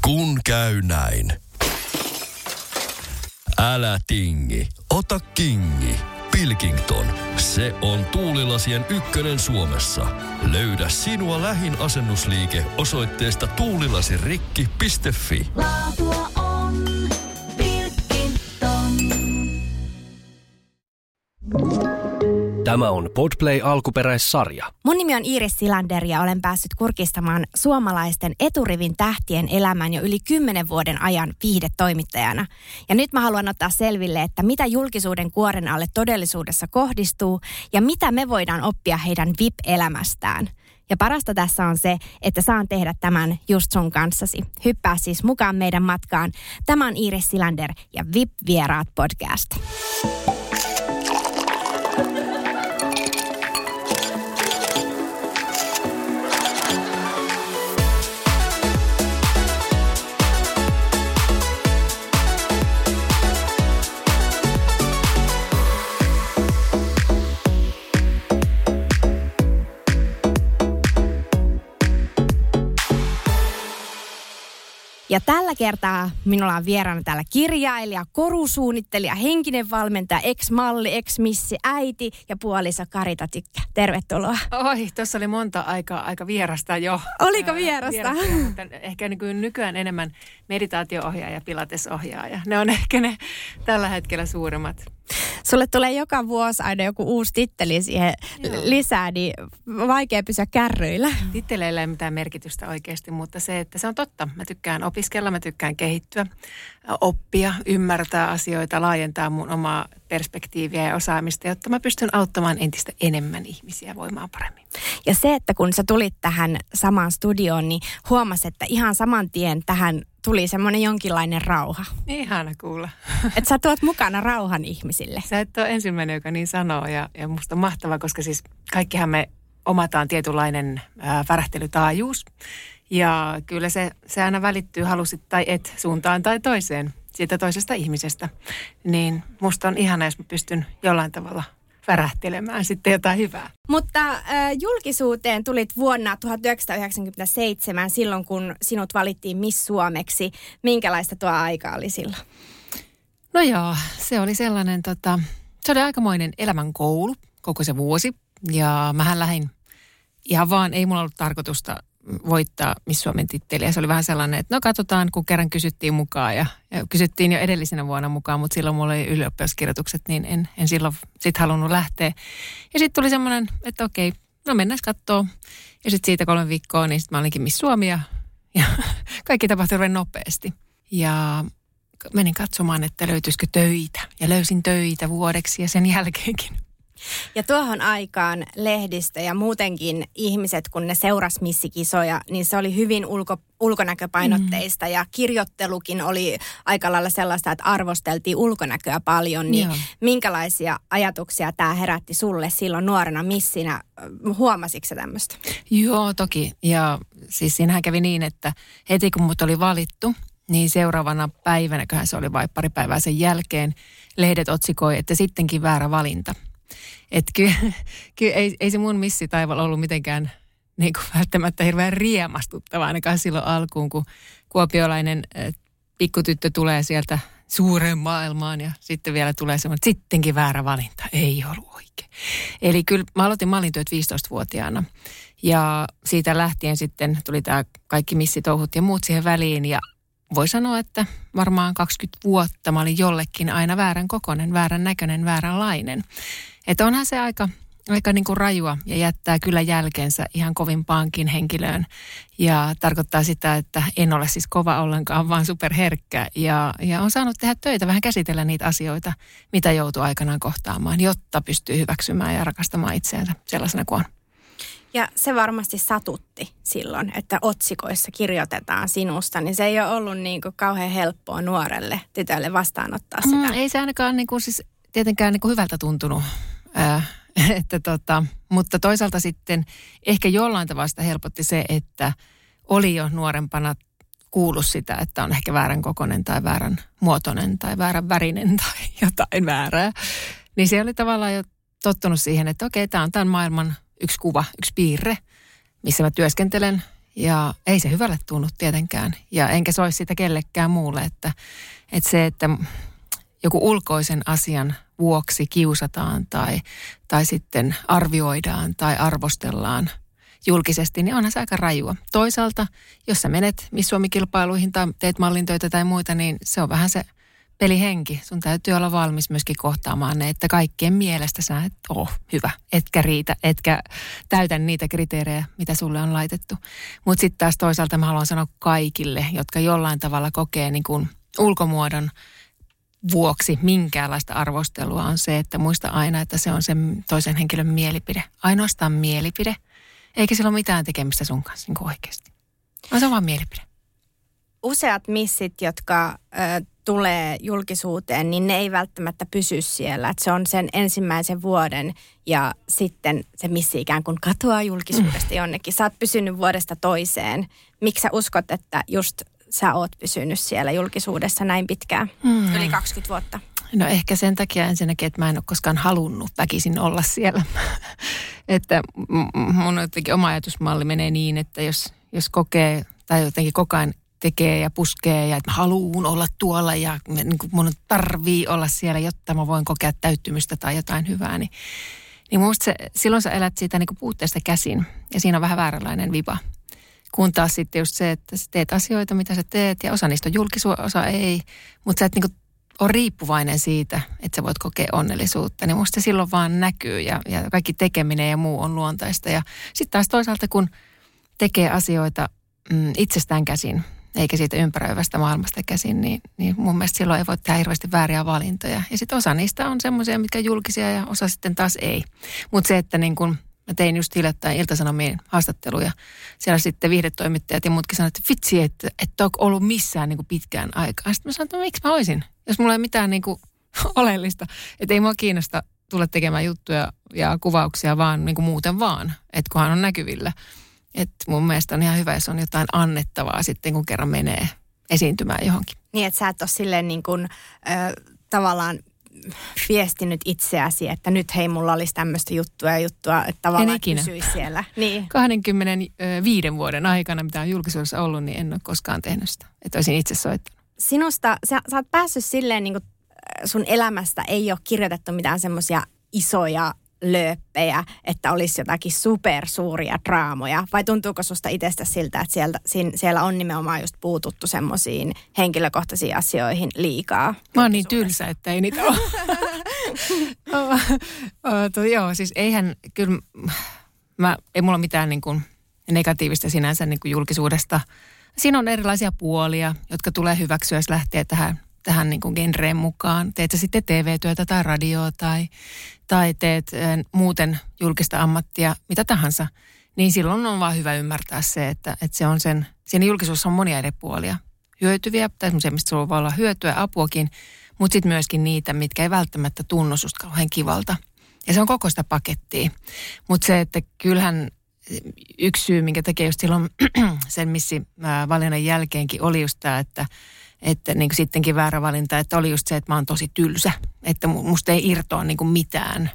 Kun käy näin. Älä tingi, ota kingi. Pilkington, se on tuulilasien ykkönen Suomessa. Löydä sinua lähin asennusliike osoitteesta tuulilasirikki.fi. Laatua on Pilkington. Tämä on Podplay alkuperäissarja. Mun nimi on Iiris Silander ja olen päässyt kurkistamaan suomalaisten eturivin tähtien elämän jo yli 10 vuoden ajan viihdetoimittajana. Ja nyt mä haluan ottaa selville, että mitä julkisuuden kuoren alle todellisuudessa kohdistuu ja mitä me voidaan oppia heidän VIP-elämästään. Ja parasta tässä on se, että saan tehdä tämän just sun kanssasi. Hyppää siis mukaan meidän matkaan. Tämä on Iiris Silander ja VIP-vieraat podcast. Ja tällä kertaa minulla on vieraana täällä kirjailija, korusuunnittelija, henkinen valmentaja, ex-malli, ex-missi, äiti ja puoliso Karita Tykkä. Tervetuloa. Oi, tuossa oli monta aika vierasta jo. Oliko vierasta? Mutta ehkä nykyään enemmän meditaatio-ohjaaja ja pilatesohjaaja. Ne on ehkä ne tällä hetkellä suuremmat. Sulle tulee joka vuosi aina joku uusi titteli siihen lisää, niin vaikea pysyä kärryillä. Titteleillä ei mitään merkitystä oikeasti, mutta se, että se on totta. Mä tykkään opiskella, mä tykkään kehittyä, oppia, ymmärtää asioita, laajentaa mun omaa perspektiiviä ja osaamista, jotta mä pystyn auttamaan entistä enemmän ihmisiä voimaan paremmin. Ja se, että kun sä tulit tähän samaan studioon, niin huomasit, että ihan saman tien tähän tuli semmoinen jonkinlainen rauha. Ihana kuulla. Että sä tuot mukana rauhan ihmisille. Sä et ole ensimmäinen, joka niin sanoo ja musta on mahtavaa, koska siis kaikkihan me omataan tietynlainen värähtelytaajuus. Ja kyllä se aina välittyy, halusit tai et, suuntaan tai toiseen siitä toisesta ihmisestä. Niin musta on ihana, jos mä pystyn jollain tavalla värähtelemään sitten jotain hyvää. Mutta julkisuuteen tulit vuonna 1997 silloin, kun sinut valittiin Miss Suomeksi. Minkälaista tuo aika oli silloin? No joo, se oli sellainen, se oli aikamoinen elämänkoulu koko se vuosi. Ja mähän lähdin ihan vaan, ei mulla ollut tarkoitusta voittaa Miss Suomen titteliä. Se oli vähän sellainen, että no katsotaan, kun kerran kysyttiin mukaan ja kysyttiin jo edellisenä vuonna mukaan, mutta silloin mulla oli ylioppilaskirjoitukset, niin en silloin sitten halunnut lähteä. Ja sitten tuli semmoinen, että okei, no mennään kattoo. Ja sitten siitä 3 viikkoa, niin sitten mä olinkin Miss Suomi ja kaikki tapahtui nopeasti. Ja menin katsomaan, että löytyisikö töitä ja löysin töitä vuodeksi ja sen jälkeenkin. Ja tuohon aikaan lehdistö ja muutenkin ihmiset, kun ne seurasi missikisoja, niin se oli hyvin ulkonäköpainotteista ja kirjoittelukin oli aika lailla sellaista, että arvosteltiin ulkonäköä paljon. Niin minkälaisia ajatuksia tämä herätti sulle silloin nuorena missinä? Huomasitko sä tämmöistä? Joo, toki. Ja siis siinähän kävi niin, että heti kun mut oli valittu, niin seuraavana päivänäköhän se oli vai pari päivää sen jälkeen, lehdet otsikoi, että sittenkin väärä valinta. Että kyllä ei se mun missitaival ollut mitenkään niin kuin välttämättä hirveän riemastuttava ainakaan silloin alkuun, kun kuopiolainen pikkutyttö tulee sieltä suureen maailmaan ja sitten vielä tulee semmoinen, että sittenkin väärä valinta. Ei ollut oikein. Eli kyllä mä aloitin mallintyöt 15-vuotiaana ja siitä lähtien sitten tuli tämä kaikki missitouhut ja muut siihen väliin ja voi sanoa, että varmaan 20 vuotta mä olin jollekin aina väärän kokoinen, väärän näköinen, vääränlainen. Että onhan se aika niin kuin rajua ja jättää kyllä jälkeensä ihan kovimpaankin henkilöön. Ja tarkoittaa sitä, että en ole siis kova ollenkaan, vaan superherkkä. Ja on saanut tehdä töitä, vähän käsitellä niitä asioita, mitä joutuu aikanaan kohtaamaan, jotta pystyy hyväksymään ja rakastamaan itseänsä sellaisena kuin on. Ja se varmasti satutti silloin, että otsikoissa kirjoitetaan sinusta, niin se ei ole ollut niin kuin kauhean helppoa nuorelle tytölle vastaanottaa sitä. Ei se ainakaan niin kuin, siis tietenkään niin kuin hyvältä tuntunut, mutta toisaalta sitten ehkä jollain tavalla helpotti se, että oli jo nuorempana kuullut sitä, että on ehkä väärän kokoinen tai väärän muotoinen tai väärän värinen tai jotain väärää. Niin se oli tavallaan jo tottunut siihen, että okei, tämä on tämän maailman yksi kuva, yksi piirre, missä mä työskentelen Ja ei se hyvälle tunnu tietenkään. Ja enkä soisi sitä kellekään muulle, että se, että joku ulkoisen asian vuoksi kiusataan tai sitten arvioidaan tai arvostellaan julkisesti, niin onhan se aika rajua. Toisaalta, jos sä menet Miss Suomi-kilpailuihin tai teet mallintöitä tai muita, niin se on vähän se pelihenki. Sun täytyy olla valmis myöskin kohtaamaan ne, että kaikkien mielestä sä et ole hyvä, etkä riitä, etkä täytä niitä kriteerejä, mitä sulle on laitettu. Mutta sitten taas toisaalta mä haluan sanoa kaikille, jotka jollain tavalla kokee niin kuin ulkomuodon vuoksi minkäänlaista arvostelua, on se, että muista aina, että se on sen toisen henkilön mielipide. Ainoastaan mielipide, eikä sillä ole mitään tekemistä sun kanssa niin kuin oikeasti. Se on vaan mielipide. Useat missit, jotka tulee julkisuuteen, niin ne ei välttämättä pysy siellä. Että se on sen ensimmäisen vuoden ja sitten se missi ikään kuin katoaa julkisuudesta jonnekin. Sä oot pysynyt vuodesta toiseen. Miksi sä uskot, että just sä oot pysynyt siellä julkisuudessa näin pitkään, yli 20 vuotta? No ehkä sen takia ensinnäkin, että mä en ole koskaan halunnut väkisin olla siellä. Että mun jotenkin oma ajatusmalli menee niin, että jos kokee tai jotenkin koko ajan tekee ja puskee ja että mä haluun olla tuolla ja niin mun tarvii olla siellä, jotta mä voin kokea täyttymystä tai jotain hyvää, niin musta silloin sä elät siitä niin kuin puutteesta käsin ja siinä on vähän vääränlainen viba. Kun taas sitten just se, että sä teet asioita, mitä sä teet ja osa niistä on julkisuutta, osa ei, mutta sä et niin kuin ole riippuvainen siitä, että sä voit kokea onnellisuutta, niin musta se silloin vaan näkyy ja kaikki tekeminen ja muu on luontaista. Ja sitten taas toisaalta, kun tekee asioita itsestään käsin, eikä siitä ympäröivästä maailmasta käsin, niin mun mielestä silloin ei voi tehdä hirveästi vääriä valintoja. Ja sitten osa niistä on semmoisia, mitkä on julkisia ja osa sitten taas ei. Mutta se, että niin kun mä tein just hiljattain Ilta-Sanomien haastatteluja, siellä sitten viihdetoimittajat ja muutkin sanoivat, että vitsi, että et ole ollut missään niin kuin pitkään aikaa. Sitten mä sanoin, että miksi mä olisin, jos mulla ei mitään niin kuin oleellista. Että ei mua kiinnosta tulla tekemään juttuja ja kuvauksia vaan niin kuin muuten vaan, että kunhan on näkyvillä. Että mun mielestä on ihan hyvä, jos on jotain annettavaa sitten, kun kerran menee esiintymään johonkin. Niin, että sä et ole silleen niin kuin tavallaan viestinyt itseäsi, että nyt hei, mulla olisi tämmöistä juttua, että tavallaan pysyisi siellä. Niin. 25 vuoden aikana, mitä on julkisuudessa ollut, niin en ole koskaan tehnyt sitä. Että olisin itse soittanut. Sinusta, sä oot päässyt silleen, niin kuin sun elämästä ei ole kirjoitettu mitään semmoisia isoja lööppejä, että olisi jotakin supersuuria draamoja? Vai tuntuuko susta itsestä siltä, että siellä on nimenomaan just puututtu semmoisiin henkilökohtaisiin asioihin liikaa? Mä oon niin tylsä, että ei niitä ole. Joo, siis eihän, kyllä, ei mulla mitään niin kuin negatiivista sinänsä niin kuin julkisuudesta. Siinä on erilaisia puolia, jotka tulee hyväksyä, jos lähtee tähän niin kuin genreen mukaan. Teet sä sitten TV-työtä tai radioa tai teet muuten julkista ammattia, mitä tahansa, niin silloin on vaan hyvä ymmärtää se, että se on siinä julkisuudessa on monia eri puolia. Hyötyviä, tai semmoisia, mistä sulla voi olla hyötyä, apuakin, mutta sitten myöskin niitä, mitkä ei välttämättä tunnu susta kauhean kivalta. Ja se on koko sitä pakettia. Mutta se, että kyllähän yksi syy, minkä takia just silloin sen missi-valinnan jälkeenkin oli just tämä, että niin kuin sittenkin väärä valinta, että oli just se, että mä oon tosi tylsä. Että musta ei irtoa niin kuin mitään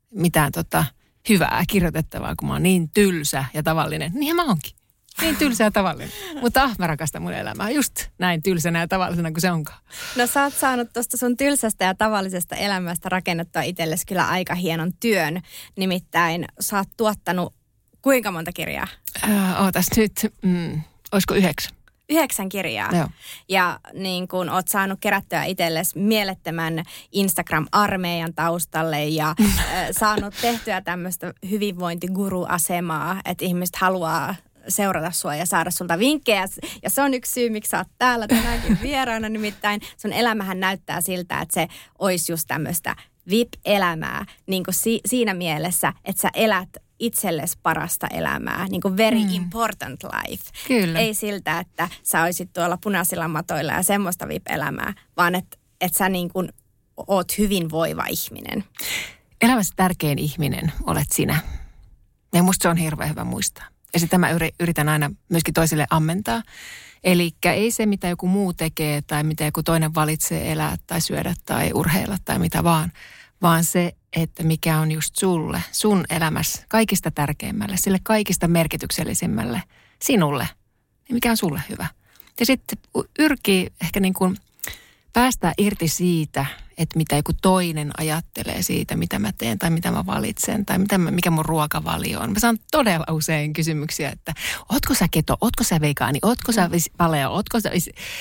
hyvää kirjoitettavaa, kun mä oon niin tylsä ja tavallinen. Niinhän mä oonkin. Niin tylsä ja tavallinen. Mutta mä rakastan mun elämää just näin tylsänä ja tavallisena kuin se onkaan. No sä oot saanut tuosta sun tylsästä ja tavallisesta elämästä rakennettua itsellesi kyllä aika hienon työn. Nimittäin sä oot tuottanut kuinka monta kirjaa? Ootas nyt, olisiko 9? 9 kirjaa. Joo. Ja niin kun oot saanut kerättyä itsellesi mielettömän Instagram-armeijan taustalle ja saanut tehtyä tämmöistä hyvinvointiguru-asemaa, että ihmiset haluaa seurata sua ja saada sulta vinkkejä. Ja se on yksi syy, miksi sä oot täällä tänäänkin vieraana. Nimittäin sun elämähän näyttää siltä, että se olisi just tämmöistä VIP-elämää. Niin kuin siinä mielessä, että sä elät itsellesi parasta elämää, niin kuin very important life. Kyllä. Ei siltä, että sä olisit tuolla punaisilla matoilla ja semmoista VIP-elämää, vaan että sä niin kuin oot hyvinvoiva ihminen. Elämässä tärkein ihminen olet sinä. Ja musta se on hirveän hyvä muistaa. Ja sitä mä yritän aina myöskin toisille ammentaa. Eli ei se, mitä joku muu tekee tai mitä joku toinen valitsee elää tai syödä tai urheilla tai mitä vaan se, että mikä on just sulle, sun elämässä kaikista tärkeimmälle, sille kaikista merkityksellisimmälle, sinulle, niin mikä on sulle hyvä. Ja sitten yrkii ehkä niin kuin päästää irti siitä, että mitä joku toinen ajattelee siitä, mitä mä teen tai mitä mä valitsen tai mikä mun ruokavalio on. Mä saan todella usein kysymyksiä, että ootko sä keto, ootko sä vegaani, ootko sä paleo, ootko sä...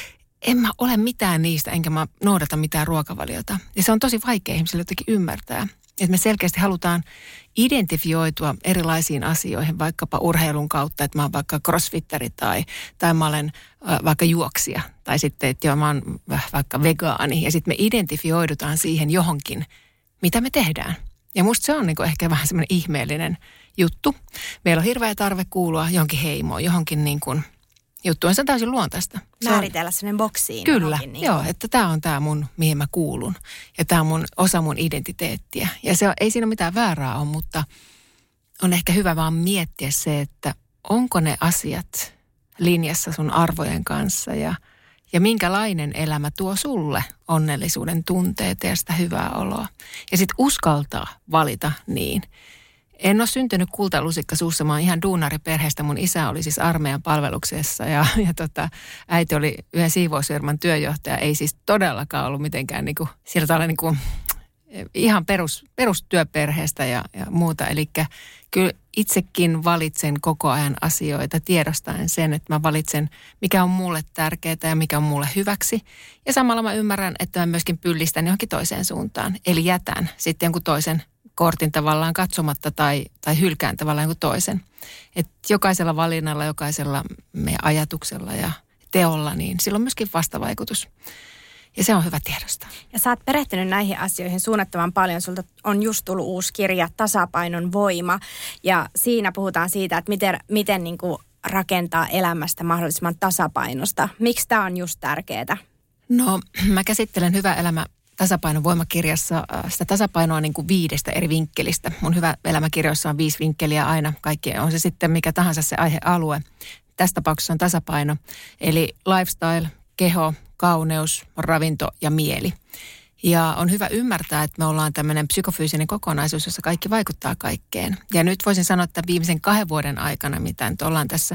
En mä ole mitään niistä, enkä mä noudata mitään ruokavaliota. Ja se on tosi vaikea ihmisille jotenkin ymmärtää. Että me selkeästi halutaan identifioitua erilaisiin asioihin, vaikkapa urheilun kautta, että mä oon vaikka crossfitteri tai mä olen vaikka juoksija. Tai sitten, että joo, mä oon vaikka vegaani. Ja sitten me identifioidutaan siihen johonkin, mitä me tehdään. Ja musta se on niin kuin ehkä vähän semmoinen ihmeellinen juttu. Meillä on hirveä tarve kuulua johonkin heimoon, johonkin niin kuin juttuun. Se on täysin luontaista. Määritellä sellainen boksiin. Kyllä, joo, että tämä on tämä mun, mihin mä kuulun. Ja tämä on osa mun identiteettiä. Ja ei siinä mitään väärää ole, mutta on ehkä hyvä vaan miettiä se, että onko ne asiat linjassa sun arvojen kanssa ja minkälainen elämä tuo sulle onnellisuuden tunteita ja sitä hyvää oloa. Ja sitten uskaltaa valita niin. En ole syntynyt kultalusikka suussa, mä oon ihan duunariperheestä. Mun isä oli siis armeijan palveluksessa ja äiti oli yhden siivousfirman työjohtaja. Ei siis todellakaan ollut mitenkään niinku, sieltä oli niinku ihan perustyöperheestä ja muuta. Eli kyllä itsekin valitsen koko ajan asioita tiedostaen sen, että mä valitsen mikä on mulle tärkeää ja mikä on mulle hyväksi. Ja samalla mä ymmärrän, että mä myöskin pyllistän johonkin toiseen suuntaan. Eli jätän sitten jonkun toisen kortin tavallaan katsomatta tai hylkään tavallaan jonkun toisen. Että jokaisella valinnalla, jokaisella meidän ajatuksella ja teolla, niin sillä on myöskin vastavaikutus. Ja se on hyvä tiedostaa. Ja sä oot perehtynyt näihin asioihin suunnattoman paljon. Sulta on just tullut uusi kirja, Tasapainon voima. Ja siinä puhutaan siitä, että miten niin kuin rakentaa elämästä mahdollisimman tasapainosta. Miksi tämä on just tärkeää? No, mä käsittelen Hyvä elämä tasapainon voimakirjassa sitä tasapainoa niin kuin 5 eri vinkkelistä. Mun Hyvä elämäkirjoissa on 5 vinkkeliä aina. Kaikki on se sitten mikä tahansa se aihealue. Tässä tapauksessa on tasapaino. Eli lifestyle, keho, kauneus, ravinto ja mieli. Ja on hyvä ymmärtää, että me ollaan tämmöinen psykofyysinen kokonaisuus, jossa kaikki vaikuttaa kaikkeen. Ja nyt voisin sanoa, että viimeisen 2 vuoden aikana, mitä nyt ollaan tässä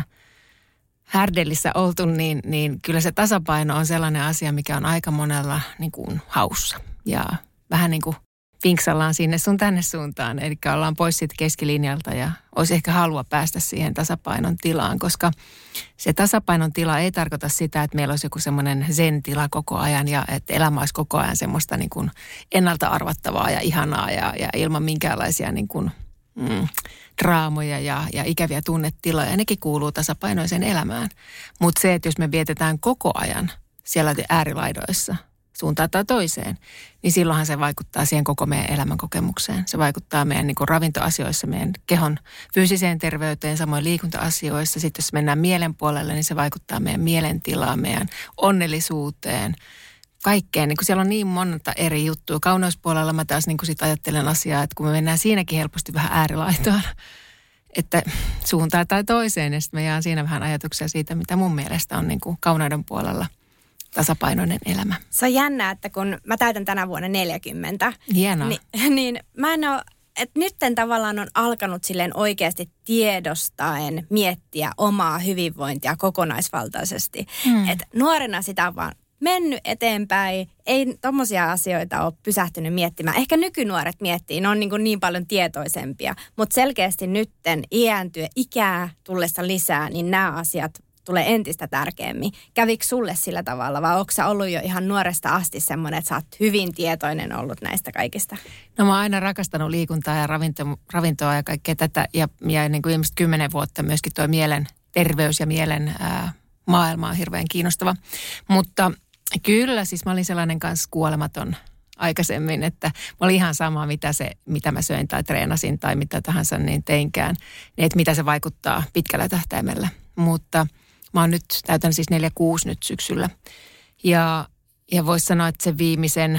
härdellissä oltu, niin kyllä se tasapaino on sellainen asia, mikä on aika monella niin kuin haussa. Ja vähän niin kuin vinksallaan sinne sun tänne suuntaan. Eli ollaan pois siitä keskilinjalta ja olisi ehkä halua päästä siihen tasapainon tilaan, koska se tasapainon tila ei tarkoita sitä, että meillä olisi joku semmoinen zen-tila koko ajan ja että elämä olisi koko ajan semmoista niin kuin ennalta arvattavaa ja ihanaa ja ilman minkäänlaisia niin kuin, draamoja ja ikäviä tunnetiloja. Ja nekin kuuluu tasapainoiseen elämään. Mutta se, että jos me vietetään koko ajan siellä äärilaidoissa suuntaan tai toiseen, niin silloinhan se vaikuttaa siihen koko meidän elämän kokemukseen. Se vaikuttaa meidän niin kuin ravintoasioissa, meidän kehon fyysiseen terveyteen, samoin liikunta-asioissa. Sitten jos mennään mielen puolelle, niin se vaikuttaa meidän mielentilaan, meidän onnellisuuteen, kaikkeen. Niin kuin siellä on niin monta eri juttua. Kauneuspuolella mä taas niin kuin sit ajattelen asiaa, että kun me mennään siinäkin helposti vähän äärilaitoon, että suuntaan tai toiseen, ja sitten me jaan siinä vähän ajatuksia siitä, mitä mun mielestä on niin kuin kauneuden puolella tasapainoinen elämä. Se on jännä, että kun mä täytän tänä vuonna 40. Hienoa. Niin mä en ole, että nytten tavallaan on alkanut silleen oikeasti tiedostaen miettiä omaa hyvinvointia kokonaisvaltaisesti. Että nuorena sitä on vaan mennyt eteenpäin, ei tommosia asioita ole pysähtynyt miettimään. Ehkä nykynuoret miettii, ne on niin paljon tietoisempia, mutta selkeästi nytten ikää tullessa lisää, niin nämä asiat tulee entistä tärkeämmin. Kävikö sulle sillä tavalla vai onko sä ollut jo ihan nuoresta asti semmoinen, että sä oot hyvin tietoinen ollut näistä kaikista? No mä oon aina rakastanut liikuntaa ja ravintoa ja kaikkea tätä ja niin kuin viimeiset 10 vuotta myöskin tuo mielen terveys ja mielen maailma on hirveän kiinnostava. Mutta kyllä siis mä olin sellainen kanssa kuolematon aikaisemmin, että mä olin ihan sama mitä mä söin tai treenasin tai mitä tahansa niin teinkään, että mitä se vaikuttaa pitkällä tähtäimellä. Mutta mä oon nyt, täytän siis 46 nyt syksyllä. Ja voisi sanoa, että se viimeisen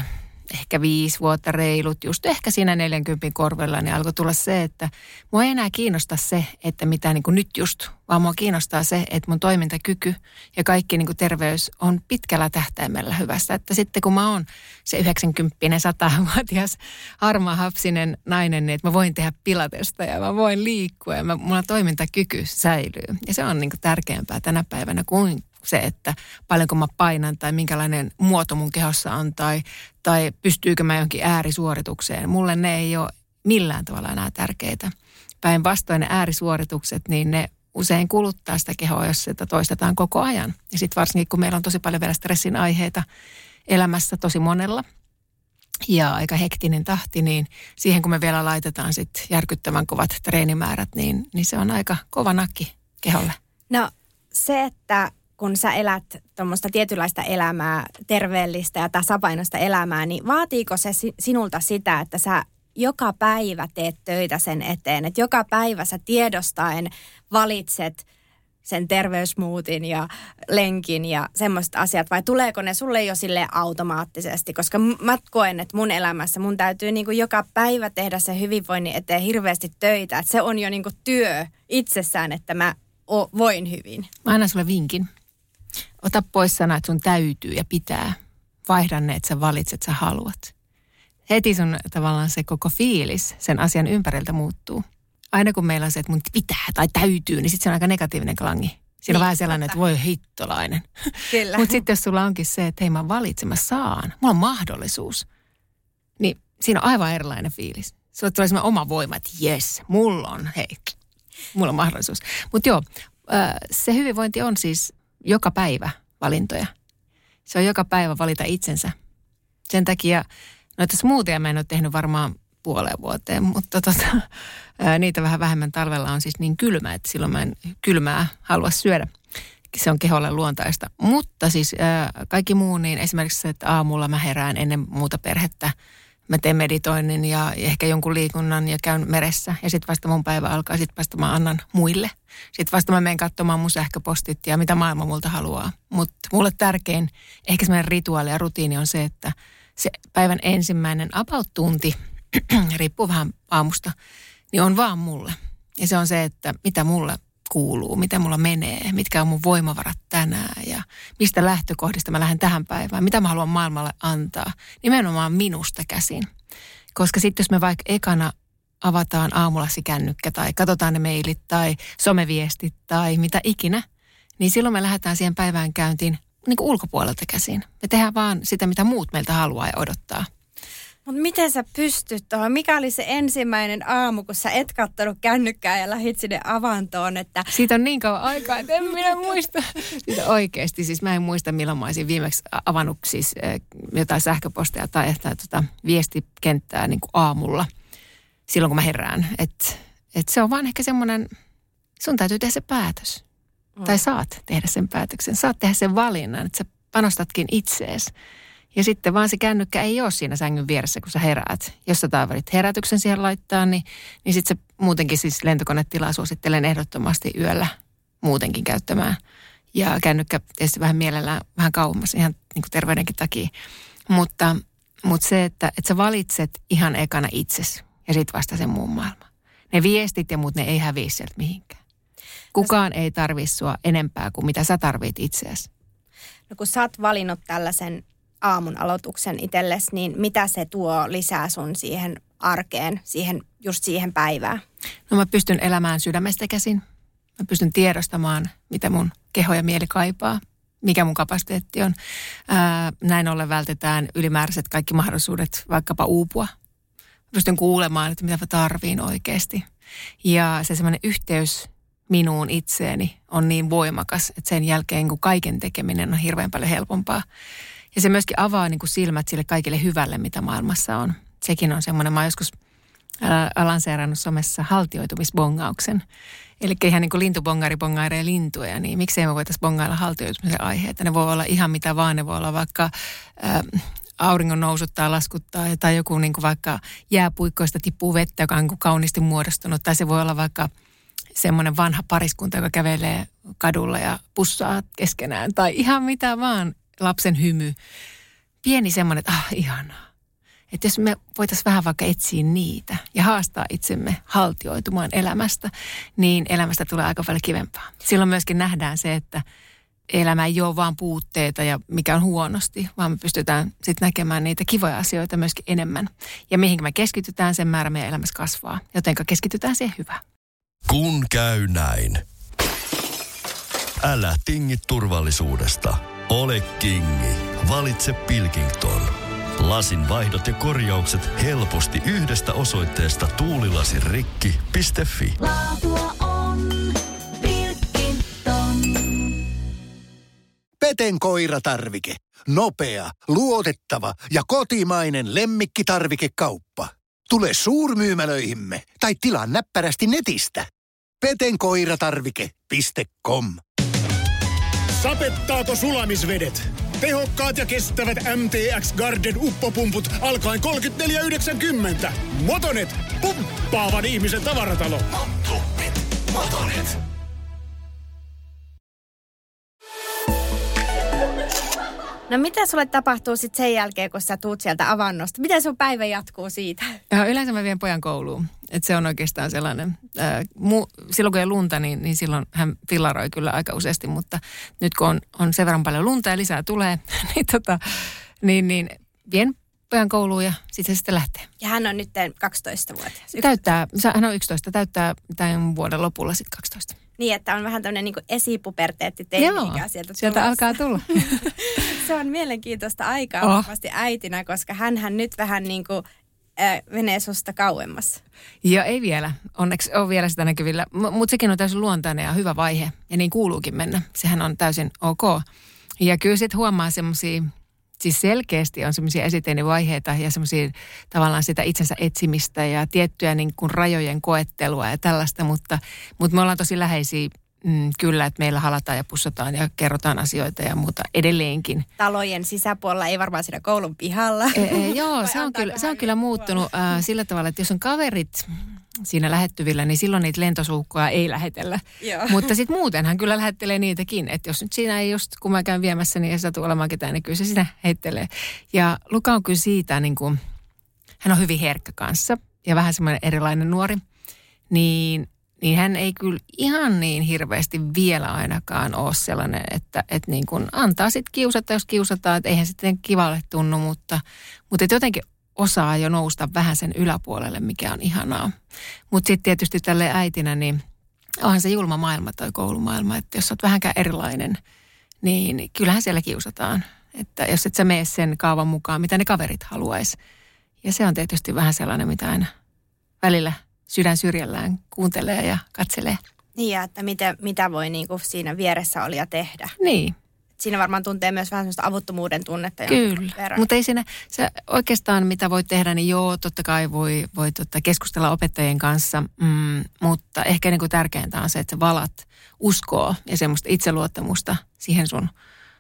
ehkä 5 vuotta reilut, just ehkä siinä 40 korvella, niin alkoi tulla se, että mua ei enää kiinnosta se, että mitä niin kuin nyt just, vaan mua kiinnostaa se, että mun toimintakyky ja kaikki niin kuin terveys on pitkällä tähtäimellä hyvässä. Että sitten kun mä oon se 90, 100-vuotias harmaahapsinen nainen, niin että mä voin tehdä pilatesta ja mä voin liikkua ja mulla toimintakyky säilyy. Ja se on niin kuin tärkeämpää tänä päivänä kuin se, että paljonko mä painan tai minkälainen muoto mun kehossa on tai pystyykö mä johonkin äärisuoritukseen. Mulle ne ei ole millään tavalla enää tärkeitä. Päinvastoin ne äärisuoritukset, niin ne usein kuluttaa sitä kehoa, jos sitä toistetaan koko ajan. Ja sitten varsinkin, kun meillä on tosi paljon vielä stressin aiheita elämässä tosi monella ja aika hektinen tahti, niin siihen kun me vielä laitetaan sitten järkyttävän kovat treenimäärät, niin se on aika kova nakki keholle. No se, että kun sä elät tuommoista tietynlaista elämää, terveellistä ja tasapainoista elämää, niin vaatiiko se sinulta sitä, että sä joka päivä teet töitä sen eteen? Että joka päivä sä tiedostaen valitset sen terveysmuutin ja lenkin ja semmoiset asiat, vai tuleeko ne sulle jo silleen automaattisesti? Koska mä koen, että mun elämässä mun täytyy niinku joka päivä tehdä sen hyvinvoinnin eteen hirveästi töitä. Että se on jo niinku työ itsessään, että mä voin hyvin. Mä annan sulle vinkin. Ota pois sana, että sun täytyy ja pitää. Vaihda ne, että sä valitset, sä haluat. Heti sun tavallaan se koko fiilis sen asian ympäriltä muuttuu. Aina kun meillä on se, että mun pitää tai täytyy, niin sitten se on aika negatiivinen klangi. Siinä on vähän sellainen, että voi hittolainen. Kyllä. Mutta sitten jos sulla onkin se, että hei mä valitsen, mä saan. Mulla on mahdollisuus. Niin siinä on aivan erilainen fiilis. Sulla tulee semmoinen oma voima, että jes, mulla on mahdollisuus. Mutta joo, se hyvinvointi on siis joka päivä valintoja. Se on joka päivä valita itsensä. Sen takia, noita smoothieja mä en ole tehnyt varmaan puoleen vuoteen, mutta niitä vähän vähemmän talvella on siis niin kylmä, että silloin mä en kylmää halua syödä. Se on keholle luontaista. Mutta siis kaikki muu, niin esimerkiksi se, että aamulla mä herään ennen muuta perhettä. Mä teen meditoinnin ja ehkä jonkun liikunnan ja käyn meressä. Ja sitten vasta mun päivä alkaa, sitten vasta mä annan muille. Sitten vasta mä menen katsomaan mun sähköpostit ja mitä maailma multa haluaa. Mutta mulle tärkein, ehkä semmoinen rituaali ja rutiini on se, että se päivän ensimmäinen about-tunti, riippuu vähän aamusta, niin on vaan mulle. Ja se on se, että mitä mulle kuuluu, mitä mulla menee, mitkä on mun voimavarat tänään ja mistä lähtökohdista mä lähden tähän päivään, mitä mä haluan maailmalle antaa. Nimenomaan minusta käsin. Koska sitten jos me vaikka ekana avataan aamulla se kännykkä tai katsotaan ne mailit tai someviestit tai mitä ikinä, niin silloin me lähdetään siihen päivään käyntiin niin kuin ulkopuolelta käsin. Me tehdään vaan sitä, mitä muut meiltä haluaa ja odottaa. Mutta miten sä pystyt tuohon? Mikä oli se ensimmäinen aamu, kun sä et kattonut kännykkää ja lähit sinne avantoon? Että... Siitä on niin kauan aikaa, että en minä muista. Siitä oikeasti. Siis mä en muista, milloin mä olisin viimeksi avannut siis jotain sähköpostia tai viestikenttää niin kuin aamulla. Silloin, kun mä herään. Et se on vaan ehkä semmoinen, sun täytyy tehdä se päätös. Tai saat tehdä sen päätöksen. Saat tehdä sen valinnan, että sä panostatkin itseesi. Ja sitten vaan se kännykkä ei ole siinä sängyn vieressä, kun sä heräät. Jos sä taivarit herätyksen siihen laittaa, niin sitten se muutenkin siis lentokonetilaa suosittelen ehdottomasti yöllä muutenkin käyttämään. Ja kännykkä tietysti vähän mielellään vähän kauemmas ihan niin kuin terveydenkin takia. Mutta se, että sä valitset ihan ekana itsesi ja sitten vasta sen muun maailman. Ne viestit ja muut, ne ei häviä sieltä mihinkään. Kukaan ei tarvitse sua enempää kuin mitä sä tarvit itseäsi. No kun sä oot valinnut tällaisen aamun aloituksen itsellesi, niin mitä se tuo lisää sun siihen arkeen, just siihen päivään? No mä pystyn elämään sydämestä käsin. Mä pystyn tiedostamaan, mitä mun keho ja mieli kaipaa, mikä mun kapasiteetti on. Näin ollen vältetään ylimääräiset kaikki mahdollisuudet vaikkapa uupua. Mä pystyn kuulemaan, että mitä mä tarviin oikeasti. Ja se semmoinen yhteys minuun itseeni on niin voimakas, että sen jälkeen kun kaiken tekeminen on hirveän paljon helpompaa. Ja se myöskin avaa niin kuin silmät sille kaikille hyvälle, mitä maailmassa on. Sekin on semmoinen, mä oon joskus lanseerannut somessa haltioitumisbongauksen. Eli ihan niin kuin lintubongari bongailee lintuja, niin miksei me voitaisiin bongailla haltioitumisen aiheita. Ne voi olla ihan mitä vaan, ne voi olla vaikka auringon nousuttaa, laskuttaa tai joku niin kuin vaikka jääpuikkoista tippuu vettä, joka on niin kuin kauniisti muodostunut. Tai se voi olla vaikka semmoinen vanha pariskunta, joka kävelee kadulla ja pussaa keskenään. Tai ihan mitä vaan, lapsen hymy. Pieni semmoinen, että ihanaa. Että jos me voitaisiin vähän vaikka etsiä niitä ja haastaa itsemme haltioitumaan elämästä, niin elämästä tulee aika paljon kivempaa. Silloin myöskin nähdään se, että elämä ei ole vaan puutteita ja mikä on huonosti, vaan me pystytään sitten näkemään niitä kivoja asioita myöskin enemmän. Ja mihin me keskitytään, sen määrä meidän elämässä kasvaa, jotenka keskitytään siihen hyvään. Kun käy näin. Älä tingi turvallisuudesta. Ole kingi. Valitse Pilkington. Lasin vaihdot ja korjaukset helposti yhdestä osoitteesta tuulilasirikki.fi. Laatua on Pilkington. Peten koiratarvike. Nopea, luotettava ja kotimainen lemmikkitarvikekauppa. Tule suurmyymälöihimme tai tilaa näppärästi netistä. petenkoiratarvike.com. Sapettaako sulamisvedet? Tehokkaat ja kestävät MTX Garden uppopumput alkaen 34,90. Motonet, pumppaavan ihmisen tavaratalo. Motonet. No mitä sulle tapahtuu sitten sen jälkeen, kun sä tuut sieltä avannosta? Miten sun päivä jatkuu siitä? Yleensä mä vien pojan kouluun. Että se on oikeastaan sellainen, silloin kun ei lunta, niin silloin hän fillaroi kyllä aika useasti, mutta nyt kun on sen verran paljon lunta ja lisää tulee, niin vien pojan kouluun ja sitten se sitten lähtee. Ja hän on nyt 12-vuotias. Hän on 11, täyttää tämän vuoden lopulla sitten 12. Niin, että on vähän tämmöinen niin esipuberteetti teini-ikä sieltä alkaa tulla. Se on mielenkiintoista aikaa varmasti äitinä, koska hänhän nyt vähän niin kuin menee susta kauemmas. Joo, ei vielä. Onneksi on vielä sitä näkyvillä. Mutta sekin on täysin luontainen ja hyvä vaihe. Ja niin kuuluukin mennä. Sehän on täysin ok. Ja kyllä sitten huomaa semmoisia, siis selkeästi on semmoisia esiteinivaiheita ja semmoisia tavallaan sitä itsensä etsimistä ja tiettyjä niin kuin rajojen koettelua ja tällaista. Mutta me ollaan tosi läheisiä kyllä, että meillä halataan ja pussataan ja kerrotaan asioita ja muuta edelleenkin. Talojen sisäpuolella, ei varmaan siinä koulun pihalla. Joo, se on kyllä muuttunut sillä tavalla, että jos on kaverit siinä lähettyvillä, niin silloin niitä lentosuukkoja ei lähetellä. Joo. Mutta sitten muutenhan kyllä lähettelee niitäkin, että jos nyt siinä ei just, kun mä käyn viemässä, niin ei satu olemaan ketään, niin kyllä se siinä heittelee. Ja Luka on kyllä siitä, niin kuin, hän on hyvin herkkä kanssa ja vähän semmoinen erilainen nuori, niin hän ei kyllä ihan niin hirveästi vielä ainakaan ole sellainen, että niin kuin antaa sitten kiusata, jos kiusataan, että eihän sitten kivalle tunnu, mutta että jotenkin osaa jo nousta vähän sen yläpuolelle, mikä on ihanaa. Mutta sitten tietysti tälle äitinä, niin onhan se julma maailma toi koulumaailma, että jos olet vähänkään erilainen, niin kyllähän siellä kiusataan. Että jos et sä mene sen kaavan mukaan, mitä ne kaverit haluaisi. Ja se on tietysti vähän sellainen, mitä aina välillä sydän syrjällään kuuntelee ja katselee. Niin ja että mitä voi niinku siinä vieressä olija tehdä. Niin. Siinä varmaan tuntee myös vähän sellaista avuttomuuden tunnetta. Kyllä, mutta ei siinä, se oikeastaan mitä voi tehdä, niin joo, totta kai voi keskustella opettajien kanssa, mutta ehkä niin kuin tärkeintä on se, että sä valat uskoa ja semmoista itseluottamusta siihen sun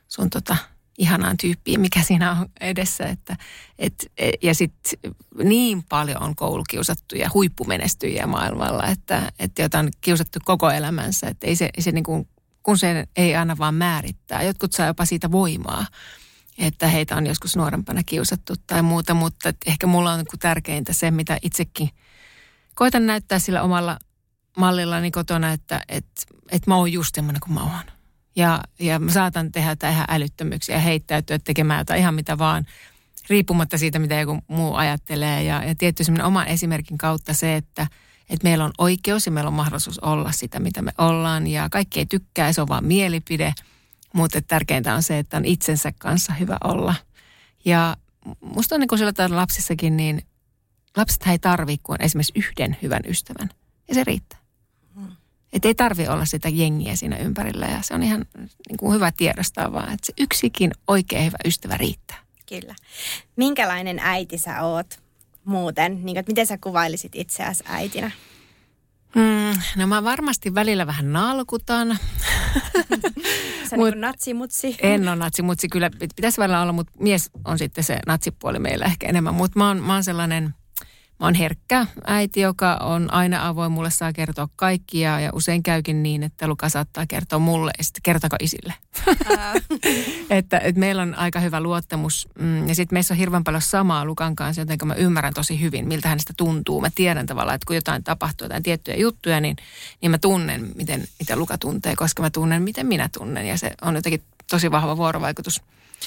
ihanaan tyyppiin, mikä siinä on edessä. Ja sitten niin paljon on koulukiusattuja huippumenestyjiä maailmalla, että joita on kiusattu koko elämänsä, että ei se niin kuin, kun se ei aina vaan määrittää. Jotkut saa jopa siitä voimaa, että heitä on joskus nuorempana kiusattu tai muuta, mutta ehkä mulla on tärkeintä se, mitä itsekin koitan näyttää sillä omalla mallillani kotona, että mä oon just semmoinen kuin mä oon. Ja mä saatan tehdä ihan älyttömyyksiä ja heittäytyä tekemään jotain ihan mitä vaan, riippumatta siitä, mitä joku muu ajattelee. Ja tietty semmoinen oman esimerkin kautta se, että meillä on oikeus ja meillä on mahdollisuus olla sitä, mitä me ollaan. Ja kaikki ei tykkää, se on vaan mielipide. Mutta tärkeintä on se, että on itsensä kanssa hyvä olla. Ja musta on niin kuin sillä tavalla lapsissakin, niin lapsethan ei tarvitse kuin esimerkiksi yhden hyvän ystävän. Ja se riittää. Että ei tarvitse olla sitä jengiä siinä ympärillä. Ja se on ihan niin kuin hyvä tiedostaa vaan, että se yksikin oikein hyvä ystävä riittää. Kyllä. Minkälainen äiti sä oot muuten? Niin, että miten sä kuvailisit itseäsi äitinä? No mä varmasti välillä vähän nalkutan. Sä on niin natsimutsi. En ole natsimutsi, kyllä pitäisi välillä olla, mutta mies on sitten se natsipuoli meillä ehkä enemmän. Mutta mä oon sellainen, Mä oon herkkä äiti, joka on aina avoin, mulle saa kertoa kaikkia ja usein käykin niin, että Luka saattaa kertoa mulle ja sitten kertoko isille. että meillä on aika hyvä luottamus ja sitten meissä on hirveän paljon samaa Lukan kanssa, joten mä ymmärrän tosi hyvin, miltä hänestä tuntuu. Mä tiedän tavallaan, että kun jotain tapahtuu, jotain tiettyjä juttuja, niin mä tunnen, miten Luka tuntee, koska mä tunnen, miten minä tunnen ja se on jotenkin tosi vahva vuorovaikutus.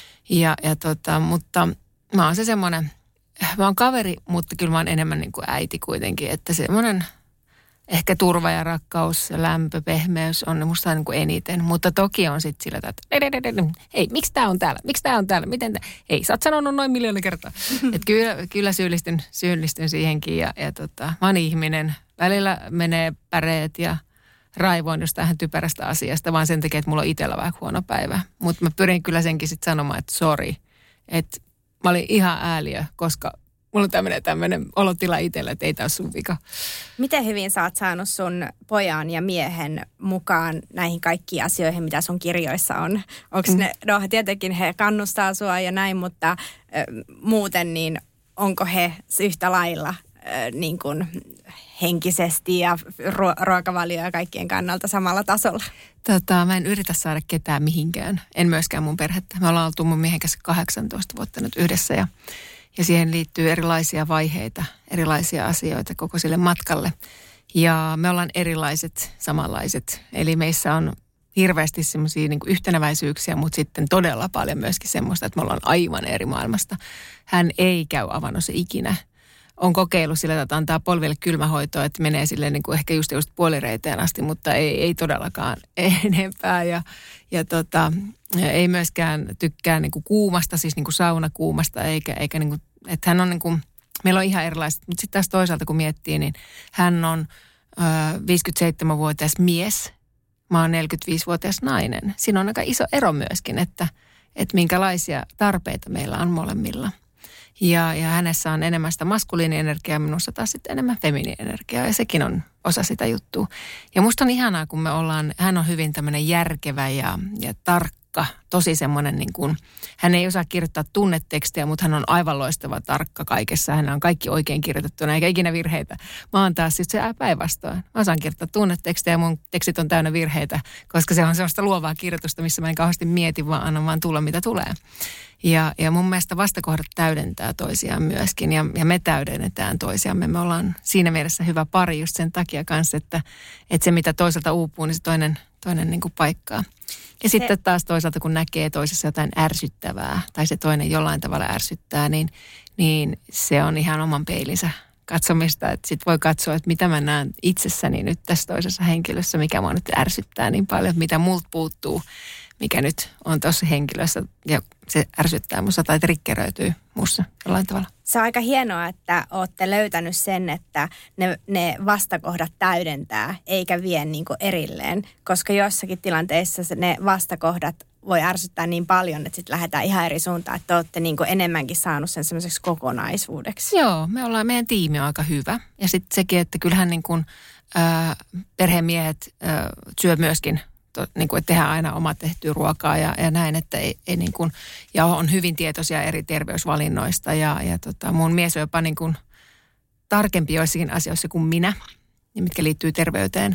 Mutta mä oon se semmoinen, mä oon kaveri, mutta kyllä mä oon enemmän niin kuin äiti kuitenkin, että semmoinen ehkä turva ja rakkaus ja lämpö, pehmeys on musta niin kuin eniten. Mutta toki on sitten sillä, että hei, miksi tää on täällä? Miksi tää on täällä? Miten tää? Hei, sä oot sanonut noin 1 000 000 kertaa. Että kyllä syyllistyn siihenkin ja mä oon ihminen. Välillä menee päreet ja raivoin jostain ihan typerästä asiasta, vaan sen takia, että mulla on itsellä vähän huono päivä. Mutta mä pyrin kyllä senkin sitten sanomaan, että sori, että mä olin ihan ääliö, koska mulla on tämmöinen olotila itsellä, että ei tää ole sun vika. Miten hyvin sä oot saanut sun pojan ja miehen mukaan näihin kaikkiin asioihin, mitä sun kirjoissa on? Onko ne, no tietenkin he kannustaa sua ja näin, mutta muuten niin onko he yhtä lailla niin kuin henkisesti ja ruokavalio ja kaikkien kannalta samalla tasolla? Mä en yritä saada ketään mihinkään, en myöskään mun perhettä. Me ollaan oltu mun miehen kanssa 18 vuotta nyt yhdessä ja siihen liittyy erilaisia vaiheita, erilaisia asioita koko sille matkalle. Ja me ollaan erilaiset, samanlaiset. Eli meissä on hirveästi semmoisia niin kuin yhtenäväisyyksiä, mutta sitten todella paljon myöskin semmoista, että me ollaan aivan eri maailmasta. Hän ei käy avannossa ikinä. On kokeillut sillä, että antaa polville kylmähoitoa, että menee silleen niin kuin ehkä just puolireiteen asti, mutta ei todellakaan enempää. Ja ei myöskään tykkää niin kuin kuumasta, siis niin kuin saunakuumasta, eikä niin kuin, että hän on niin kuin, meillä on ihan erilaiset. Mutta sitten taas toisaalta kun miettii, niin hän on 57-vuotias mies, mä oon 45-vuotias nainen. Siinä on aika iso ero myöskin, että minkälaisia tarpeita meillä on molemmilla. Ja hänessä on enemmän sitä maskuliinienergiaa, minussa taas sitten enemmän feminiinienergiaa ja sekin on osa sitä juttua. Ja musta on ihanaa, kun hän on hyvin tämmöinen järkevä ja tarkka, tosi semmoinen niin kuin, hän ei osaa kirjoittaa tunnetekstejä, mutta hän on aivan loistava tarkka kaikessa. Hän on kaikki oikein kirjoitettuna eikä ikinä virheitä. Mä oon taas sitten se päinvastoin. Mä osaan kirjoittaa tunnetekstejä ja mun tekstit on täynnä virheitä, koska se on semmoista luovaa kirjoitusta, missä mä en kauheasti mieti, vaan annan vaan tulla mitä tulee. Ja mun mielestä vastakohdat täydentää toisiaan myöskin ja me täydennetään toisiamme. Me ollaan siinä mielessä hyvä pari just sen takia kanssa, että se mitä toiselta uupuu, niin se toinen niin kuin paikkaa. Ja sitten taas toisaalta kun näkee toisessa jotain ärsyttävää tai se toinen jollain tavalla ärsyttää, niin se on ihan oman peilinsä katsomista. Että sit voi katsoa, että mitä mä näen itsessäni nyt tässä toisessa henkilössä, mikä mua nyt ärsyttää niin paljon, mitä multa puuttuu, mikä nyt on tuossa henkilössä ja se ärsyttää musta tai triggeröityy musta jollain tavalla. Se on aika hienoa, että olette löytänyt sen, että ne vastakohdat täydentää eikä vie niin kuin erilleen, koska joissakin tilanteissa ne vastakohdat voi ärsyttää niin paljon, että sitten lähdetään ihan eri suuntaan, että olette niin kuin enemmänkin saanut sen semmoiseksi kokonaisuudeksi. Joo, meidän tiimi on aika hyvä ja sitten sekin, että kyllähän niin kuin perhemiehet syö myöskin niin kuin, että tehdään aina oma tehtyä ruokaa ja näin, että ei niin kuin, ja on hyvin tietoisia eri terveysvalinnoista ja mun mies on jopa niin kuin tarkempi joissakin asioissa kuin minä, mitkä liittyy terveyteen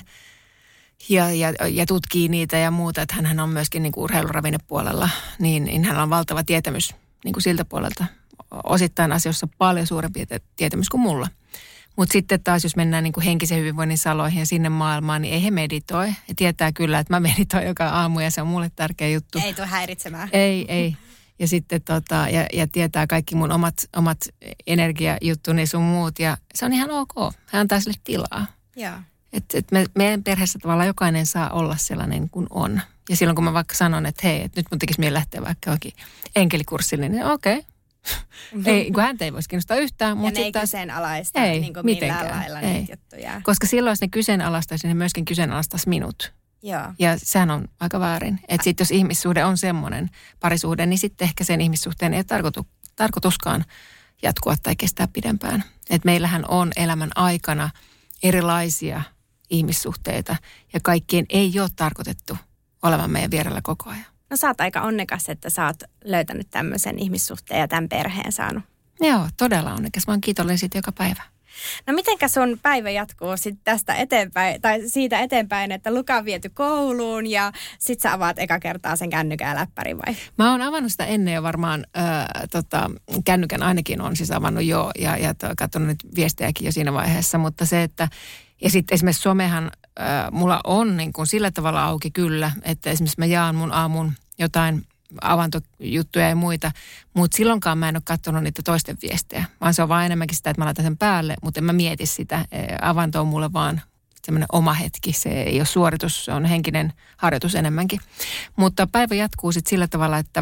ja tutkii niitä ja muuta, että hän on myöskin niin kuin urheiluravinnepuolella, niin hänellä on valtava tietämys niin kuin siltä puolelta, osittain asioissa paljon suurempi tietämys kuin mulla. Mutta sitten taas, jos mennään niin kuin henkisen hyvinvoinnin saloihin ja sinne maailmaan, niin ei he meditoi. He tietää kyllä, että mä meditoin joka aamu ja se on mulle tärkeä juttu. Ei tule häiritsemään. Ei. Ja sitten ja tietää kaikki mun omat energiajuttuni sun muut ja se on ihan ok. Hän antaa sille tilaa. Joo. Meidän perheessä tavallaan jokainen saa olla sellainen kuin on. Ja silloin kun mä vaikka sanon, että hei, että nyt mun tekisi mieli lähteä vaikka johonkin enkelikurssille, niin okei. Ei, kun häntä ei voisi kiinnostaa yhtään. Ja ne ei kyseenalaista niin kuin millään lailla niitä juttuja. Koska silloin, jos ne kyseenalaistaisi, ne myöskin kyseenalaistaisi minut. Joo. Ja sehän on aika väärin. Että sitten jos ihmissuhde on semmoinen parisuhde, niin sitten ehkä sen ihmissuhteen ei ole tarkoituskaan jatkua tai kestää pidempään. Että meillähän on elämän aikana erilaisia ihmissuhteita ja kaikkien ei ole tarkoitettu olevan meidän vierellä koko ajan. No sä oot aika onnekas, että sä oot löytänyt tämmöisen ihmissuhteen ja tämän perheen saanut. Joo, todella onnekas. Mä oon kiitollinen siitä joka päivä. No mitenkä sun päivä jatkuu sitten tästä eteenpäin, tai siitä eteenpäin, että Luka on viety kouluun ja sit sä avaat eka kertaa sen kännykän ja läppärin vai? Mä oon avannut sitä ennen jo varmaan, kännykän ainakin on siis avannut jo ja katsonut nyt viestejäkin jo siinä vaiheessa, mutta se, että ja sitten esimerkiksi somehan mulla on niin kuin sillä tavalla auki kyllä, että esimerkiksi mä jaan mun aamun jotain avantojuttuja ja muita, mutta silloinkaan mä en ole katsonut niitä toisten viestejä, vaan se on vaan enemmänkin sitä, että mä laitan sen päälle, mutta en mä mieti sitä. Avanto on mulle vaan semmoinen oma hetki, se ei ole suoritus, se on henkinen harjoitus enemmänkin. Mutta päivä jatkuu sitten sillä tavalla, että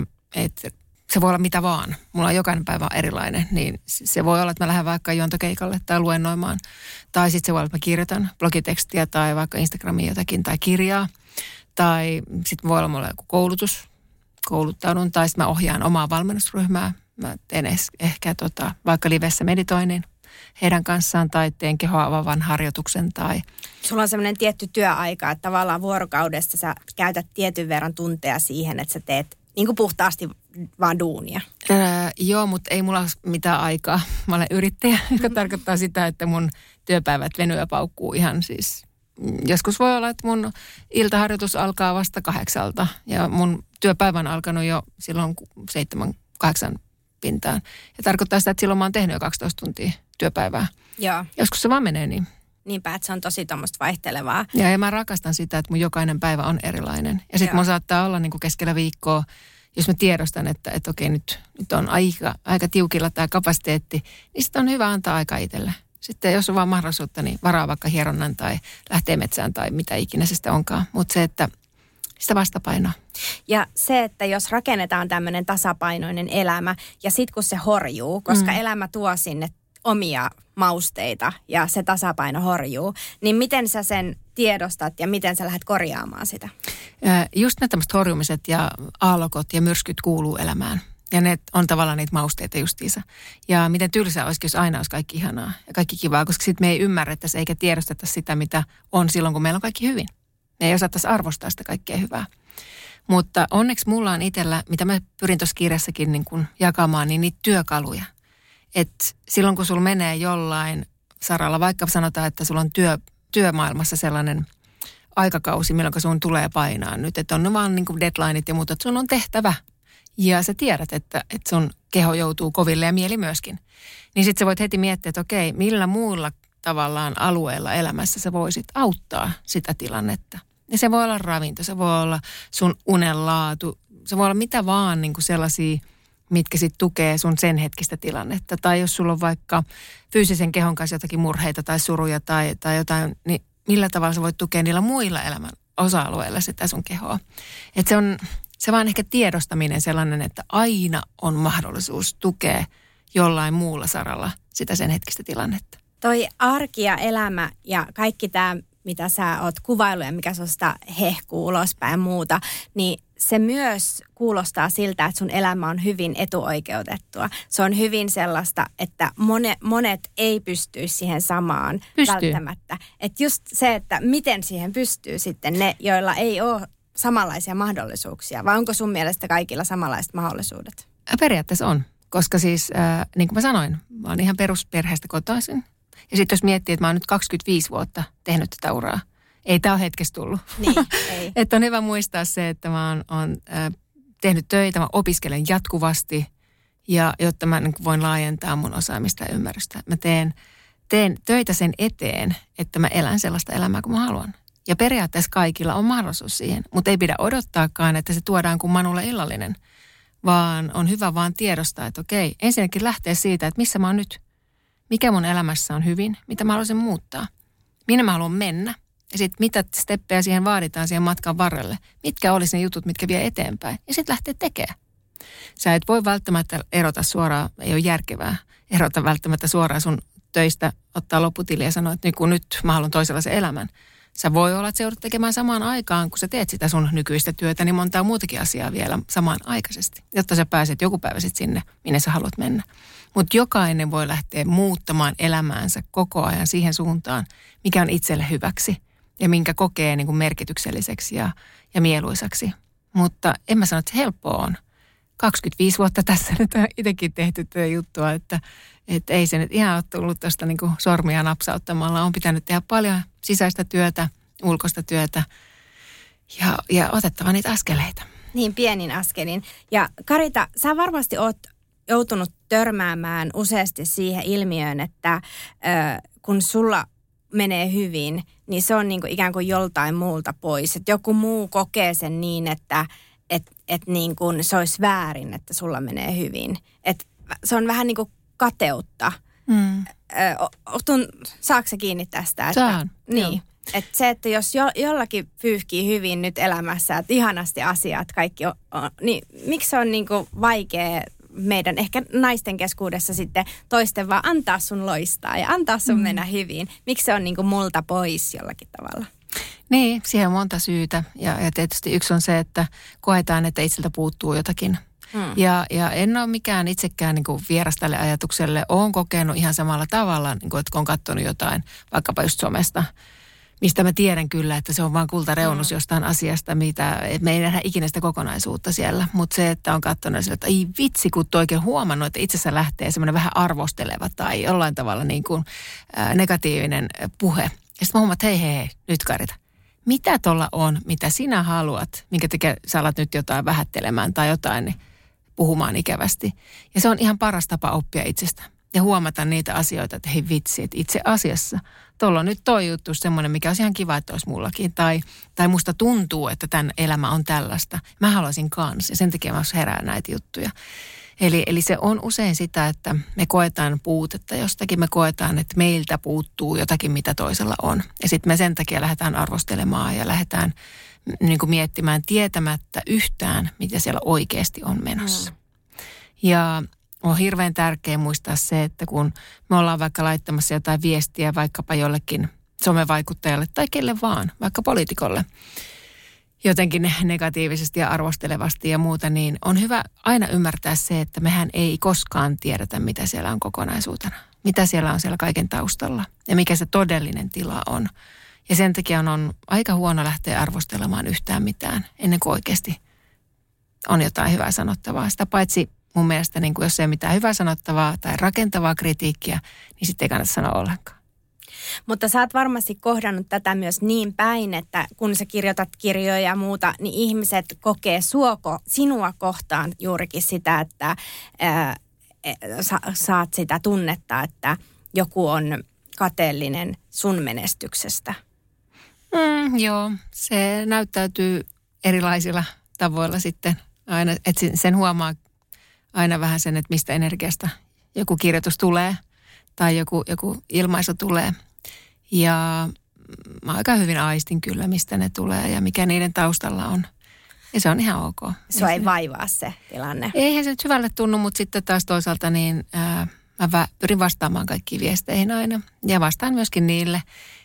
se voi olla mitä vaan. Mulla on jokainen päivä erilainen, niin se voi olla, että mä lähden vaikka juontokeikalle tai luennoimaan. Tai sitten se voi olla, että mä kirjoitan blogitekstiä tai vaikka Instagramiin jotakin tai kirjaa. Tai sitten voi olla mulla joku kouluttaudun tai sitten mä ohjaan omaa valmennusryhmää. Mä teen ehkä vaikka livessä meditoinnin heidän kanssaan tai teen kehoa avaavan harjoituksen tai... Sulla on semmoinen tietty työaika, että tavallaan vuorokaudesta sä käytät tietyn verran tunteja siihen, että sä teet niin kuin puhtaasti vaan duunia. Joo, mutta ei mulla ole mitään aikaa. Mä olen yrittäjä, joka tarkoittaa sitä, että mun työpäivät venyy ja paukkuu ihan siis... Joskus voi olla, että mun iltaharjoitus alkaa vasta 8 ja mun työpäivä on alkanut jo silloin 7-8 pintaan. Ja tarkoittaa sitä, että silloin mä oon tehnyt jo 12 tuntia työpäivää. Joo. Joskus se vaan menee niin. Niinpä, että se on tosi tuommoista vaihtelevaa. Ja mä rakastan sitä, että mun jokainen päivä on erilainen. Ja sitten mun saattaa olla niin kuin keskellä viikkoa, jos mä tiedostan, että okei, nyt on aika tiukilla tämä kapasiteetti, niin sitten on hyvä antaa aika itselle. Sitten jos on vaan mahdollisuutta, niin varaa vaikka hieronnan tai lähtee metsään tai mitä ikinä se sitten onkaan. Mutta se, että sitä vastapainoa. Ja se, että jos rakennetaan tämmöinen tasapainoinen elämä ja sitten kun se horjuu, koska elämä tuo sinne omia mausteita ja se tasapaino horjuu, niin miten sä sen tiedostat ja miten sä lähdet korjaamaan sitä? Just ne tämmöiset horjumiset ja aallokot ja myrskyt kuuluu elämään. Ja ne on tavallaan niitä mausteita justiinsa. Ja miten tylsää olisikin, jos aina olisi kaikki ihanaa ja kaikki kivaa, koska sitten me ei ymmärrettäisi eikä tiedosteta sitä, mitä on silloin, kun meillä on kaikki hyvin. Me ei osattaisi arvostaa sitä kaikkea hyvää. Mutta onneksi mulla on itsellä, mitä mä pyrin tuossa kirjassakin niin kun jakamaan, niin niitä työkaluja. Että silloin, kun sulla menee jollain saralla, vaikka sanotaan, että sulla on työmaailmassa sellainen aikakausi, milloin sun tulee painaa nyt, että on vaan niin kuin deadlineit ja muuta, että sun on tehtävä. Ja sä tiedät, että sun keho joutuu koville ja mieli myöskin. Niin sit sä voit heti miettiä, että okei, millä muulla tavallaan alueella elämässä sä voisit auttaa sitä tilannetta. Ja se voi olla ravinto, se voi olla sun unenlaatu, se voi olla mitä vaan niin kuin sellaisia, mitkä sit tukee sun sen hetkistä tilannetta. Tai jos sulla on vaikka fyysisen kehon kanssa jotakin murheita tai suruja tai jotain, niin millä tavalla sä voit tukea niillä muilla elämän osa-alueilla sitä sun kehoa. Että se vaan ehkä tiedostaminen sellainen, että aina on mahdollisuus tukea jollain muulla saralla sitä sen hetkistä tilannetta. Toi arki ja elämä ja kaikki tämä, mitä sä oot kuvaillut ja mikä susta hehkuu ulospäin ja muuta, niin se myös kuulostaa siltä, että sun elämä on hyvin etuoikeutettua. Se on hyvin sellaista, että monet ei pysty siihen samaan välttämättä. Että just se, että miten siihen pystyy sitten ne, joilla ei ole samanlaisia mahdollisuuksia, vai onko sun mielestä kaikilla samanlaiset mahdollisuudet? Periaatteessa on, koska siis niin kuin mä sanoin, mä oon ihan perusperheestä kotoisin. Ja sitten jos miettii, että mä oon nyt 25 vuotta tehnyt tätä uraa, ei tää ole hetkessä tullut. Niin, ei. Että on hyvä muistaa se, että mä oon tehnyt töitä, mä opiskelen jatkuvasti, ja jotta mä niin voin laajentaa mun osaamista ja ymmärrystä. Mä teen töitä sen eteen, että mä elän sellaista elämää kuin mä haluan. Ja periaatteessa kaikilla on mahdollisuus siihen, mutta ei pidä odottaakaan, että se tuodaan kuin manulle illallinen, vaan on hyvä vaan tiedostaa, että okei, ensinnäkin lähtee siitä, että missä mä oon nyt, mikä mun elämässä on hyvin, mitä mä haluaisin muuttaa, minne mä haluan mennä ja sitten mitä steppejä siihen vaaditaan siihen matkan varrelle, mitkä olisi ne jutut, mitkä vie eteenpäin ja sitten lähtee tekemään. Sä et voi välttämättä erota suoraan, ei ole järkevää erota välttämättä suoraan sun töistä, ottaa lopputili ja sanoa, että nyt mä haluan toisenlaisen elämän. Sä voi olla, että sä joudut tekemään samaan aikaan, kun sä teet sitä sun nykyistä työtä, niin montaa muutakin asiaa vielä samaan aikaisesti, jotta sä pääset joku päivä sitten sinne, minne sä haluat mennä. Mutta jokainen voi lähteä muuttamaan elämäänsä koko ajan siihen suuntaan, mikä on itselle hyväksi ja minkä kokee niin kuin merkitykselliseksi ja mieluisaksi. Mutta en mä sano, että se helppoa on. 25 vuotta tässä nyt on itsekin tehty tätä juttua, että ei se nyt ihan ole tullut tuosta niin kuin sormia napsauttamalla. On pitänyt tehdä paljon sisäistä työtä, ulkoista työtä ja otettava niitä askeleita. Niin, pienin askelin. Ja Karita, sä varmasti oot joutunut törmäämään useasti siihen ilmiöön, että kun sulla menee hyvin, niin se on niin kuin ikään kuin joltain muulta pois. Että joku muu kokee sen niin, että niin kuin se olisi väärin, että sulla menee hyvin. Että se on vähän niin kuin kateutta. Saatko sä kiinni tästä? Että, Saan. Niin. Että se, että jos jollakin pyyhkii hyvin nyt elämässä, että ihanasti asiat kaikki on, niin miksi se on niin kuin vaikea meidän ehkä naisten keskuudessa sitten toisten vaan antaa sun loistaa ja antaa sun mennä hyvin? Miksi se on niin kuin multa pois jollakin tavalla? Niin, siihen on monta syytä ja tietysti yksi on se, että koetaan, että itseltä puuttuu jotakin. Ja en ole mikään itsekään niin kuin vieras tälle ajatukselle. Olen kokenut ihan samalla tavalla, niin kuin, että kun on katsonut jotain vaikkapa just somesta, mistä mä tiedän kyllä, että se on vaan kultareunus jostain asiasta, että me ei nähdä ikinä sitä kokonaisuutta siellä. Mutta se, että on katsonut sille, että ei vitsi, kun oikein huomannut, että itsessä lähtee semmoinen vähän arvosteleva tai jollain tavalla niin kuin negatiivinen puhe. Ja sitten mä huomaan, että hei, nyt Karita, mitä tuolla on, mitä sinä haluat, minkä takia sä alat nyt jotain vähättelemään tai jotain, niin puhumaan ikävästi. Ja se on ihan paras tapa oppia itsestä. Ja huomata niitä asioita, että hei vitsi, että itse asiassa tuolla on nyt toi juttu semmoinen, mikä olisi ihan kiva, että olisi mullakin. Tai musta tuntuu, että tämän elämä on tällaista. Mä haluaisin kanssa ja sen takia mä herää näitä juttuja. Eli se on usein sitä, että me koetaan puutetta jostakin. Me koetaan, että meiltä puuttuu jotakin, mitä toisella on. Ja sitten me sen takia lähdetään arvostelemaan ja lähdetään niin kuin miettimään tietämättä yhtään, mitä siellä oikeasti on menossa. Ja on hirveän tärkeää muistaa se, että kun me ollaan vaikka laittamassa jotain viestiä vaikkapa jollekin somevaikuttajalle tai kelle vaan, vaikka poliitikolle, jotenkin negatiivisesti ja arvostelevasti ja muuta, niin on hyvä aina ymmärtää se, että mehän ei koskaan tiedetä, mitä siellä on kokonaisuutena. Mitä siellä on siellä kaiken taustalla ja mikä se todellinen tila on. Ja sen takia on aika huono lähteä arvostelemaan yhtään mitään ennen kuin oikeasti on jotain hyvää sanottavaa. Sitä paitsi mun mielestä, niin kuin jos ei ole mitään hyvää sanottavaa tai rakentavaa kritiikkiä, niin sitten ei kannata sanoa ollenkaan. Mutta sä oot varmasti kohdannut tätä myös niin päin, että kun sä kirjoitat kirjoja ja muuta, niin ihmiset kokee sinua kohtaan juurikin sitä, että saat sitä tunnetta, että joku on kateellinen sun menestyksestä. Joo, se näyttäytyy erilaisilla tavoilla sitten aina, että sen huomaa aina vähän sen, että mistä energiasta joku kirjoitus tulee tai joku ilmaisu tulee. Ja mä aika hyvin aistin kyllä, mistä ne tulee ja mikä niiden taustalla on. Ja se on ihan ok. Se ei vaivaa se tilanne. Eihän se nyt hyvälle tunnu, mutta sitten taas toisaalta niin mä pyrin vastaamaan kaikkiin viesteihin aina. Ja vastaan myöskin niille.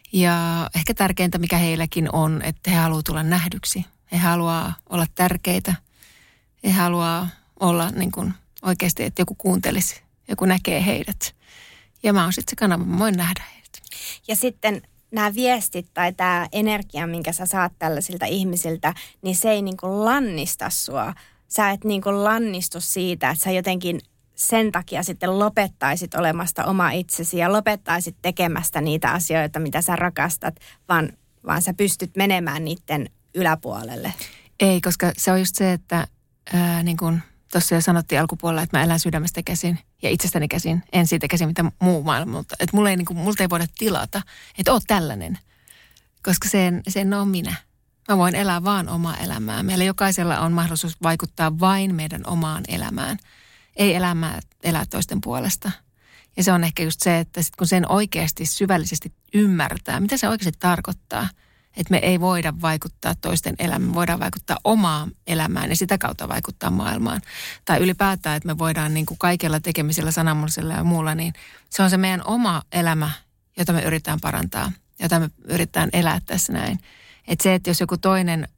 Ja ehkä tärkeintä, mikä heilläkin on, että he haluaa tulla nähdyksi. He haluaa olla tärkeitä. He haluaa olla niin kuin oikeasti, että joku kuuntelisi, joku näkee heidät. Ja mä oon sitten se kanava, mä voin nähdä heidät. Ja sitten nämä viestit tai tämä energia, minkä sä saat tällaisilta ihmisiltä, niin se ei niin kuin lannista sua. Sä et niin kuin lannistu siitä, että sä jotenkin sen takia sitten lopettaisit olemasta oma itsesi ja lopettaisit tekemästä niitä asioita, mitä sä rakastat, vaan sä pystyt menemään niiden yläpuolelle. Ei, koska se on just se, että niin kuin tuossa jo sanottiin alkupuolella, että mä elän sydämestä käsin ja itsestäni käsin, en siitä käsin mitä muu maailma, mutta että multa ei voida tilata, että oot tällainen, koska se en ole minä. Mä voin elää vaan omaa elämää. Meillä jokaisella on mahdollisuus vaikuttaa vain meidän omaan elämään. Ei elää toisten puolesta. Ja se on ehkä just se, että sit kun sen oikeasti syvällisesti ymmärtää, mitä se oikeasti tarkoittaa, että me ei voida vaikuttaa toisten elämään, voidaan vaikuttaa omaan elämään ja sitä kautta vaikuttaa maailmaan. Tai ylipäätään, että me voidaan niin kuin kaikella tekemisellä, sanamullisella ja muulla, niin se on se meidän oma elämä, jota me yritetään parantaa, jota me yritetään elää tässä näin. Että se, että jos joku toinen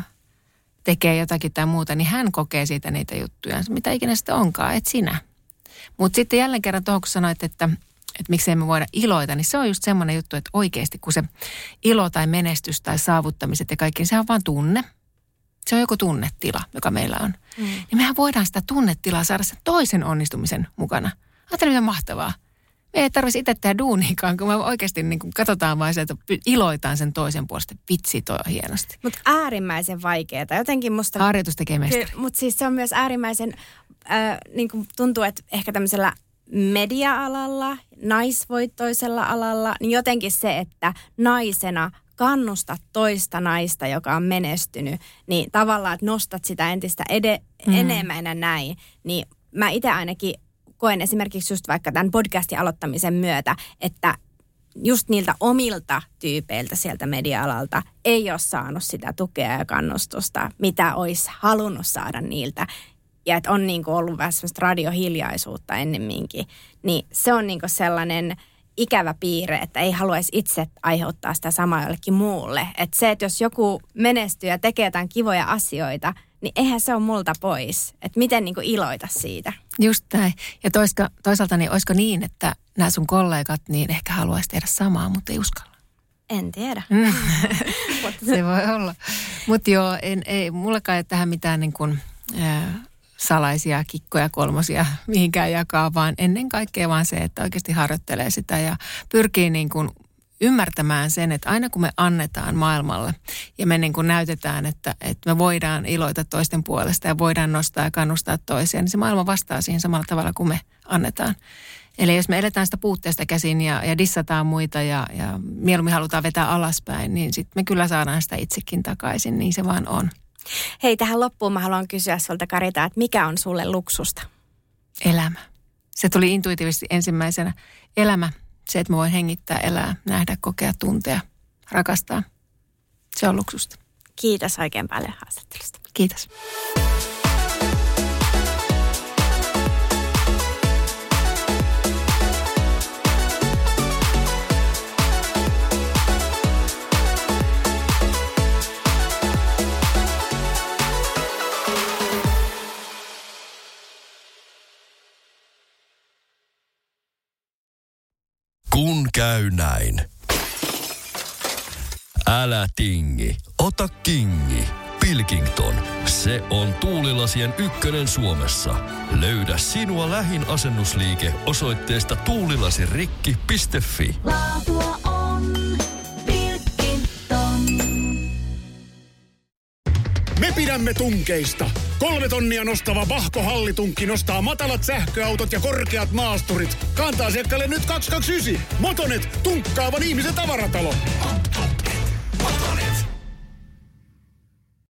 tekee jotakin tai muuta, niin hän kokee siitä niitä juttuja, mitä ikinä sitä onkaan, et sinä. Mutta sitten jälleen kerran tuohon, kun sanoit, että miksei me voida iloita, niin se on just semmoinen juttu, että oikeasti kun se ilo tai menestys tai saavuttamiset ja kaikki, niin se on vaan tunne. Se on joku tunnetila, joka meillä on. Niin mehän voidaan sitä tunnetilaa saada sen toisen onnistumisen mukana. Ajattelin, mitä mahtavaa. Me ei tarvitsisi itse tehdä duuniikaan, kun me oikeasti niin kuin katsotaan vaan sieltä, iloitaan sen toisen puolesta. Vitsi, toi on hienosti. Mutta äärimmäisen vaikeaa. Jotenkin musta... Harjoitus tekee mestari. Mutta siis se on myös äärimmäisen, niin kuin tuntuu, että ehkä tämmöisellä media-alalla, naisvoittoisella alalla, niin jotenkin se, että naisena kannustat toista naista, joka on menestynyt, niin tavallaan, että nostat sitä entistä enemmän ja näin, niin mä itse ainakin koen esimerkiksi just vaikka tämän podcastin aloittamisen myötä, että just niiltä omilta tyypeiltä sieltä media-alalta ei ole saanut sitä tukea ja kannustusta, mitä olisi halunnut saada niiltä. Ja että on niinku ollut vähän semmoista radiohiljaisuutta ennemminkin. Niin se on niinku sellainen ikävä piirre, että ei haluaisi itse aiheuttaa sitä samaa jollekin muulle. Että se, että jos joku menestyy ja tekee jotain kivoja asioita, niin eihän se ole multa pois. Että miten niinku iloita siitä. Just näin. Ja toisaalta niin olisiko niin, että nämä sun kollegat niin ehkä haluaisi tehdä samaa, mutta ei uskalla? En tiedä. Se voi olla. Mutta joo, ei mullakaan ei tähän mitään niin kuin, salaisia kikkoja kolmosia mihinkään jakaa, vaan ennen kaikkea vaan se, että oikeasti harjoittelee sitä ja pyrkii niin kuin ymmärtämään sen, että aina kun me annetaan maailmalle ja me niin kuin näytetään, että me voidaan iloita toisten puolesta ja voidaan nostaa ja kannustaa toisia, niin se maailma vastaa siihen samalla tavalla kuin me annetaan. Eli jos me eletään sitä puutteesta käsin ja dissataan muita ja mieluummin halutaan vetää alaspäin, niin sitten me kyllä saadaan sitä itsekin takaisin, niin se vaan on. Hei, tähän loppuun mä haluan kysyä sulta, Karita, että mikä on sulle luksusta? Elämä. Se tuli intuitiivisesti ensimmäisenä. Elämä. Se, että mä voin hengittää, elää, nähdä, kokea, tuntea, rakastaa. Se on luksusta. Kiitos oikein paljon haastattelusta. Kiitos. Kun käy näin. Älä tingi, ota kingi. Pilkington, se on tuulilasien ykkönen Suomessa. Löydä sinua lähin asennusliike osoitteesta tuulilasirikki.fi. Laatua on Pilkington. Me pidämme tunkeista. 3 tonnia nostava Vahko Hallitunkki nostaa matalat sähköautot ja korkeat maasturit. Kanta-asiakkaalle nyt 229. Motonet, tunkkaavan ihmisen tavaratalo.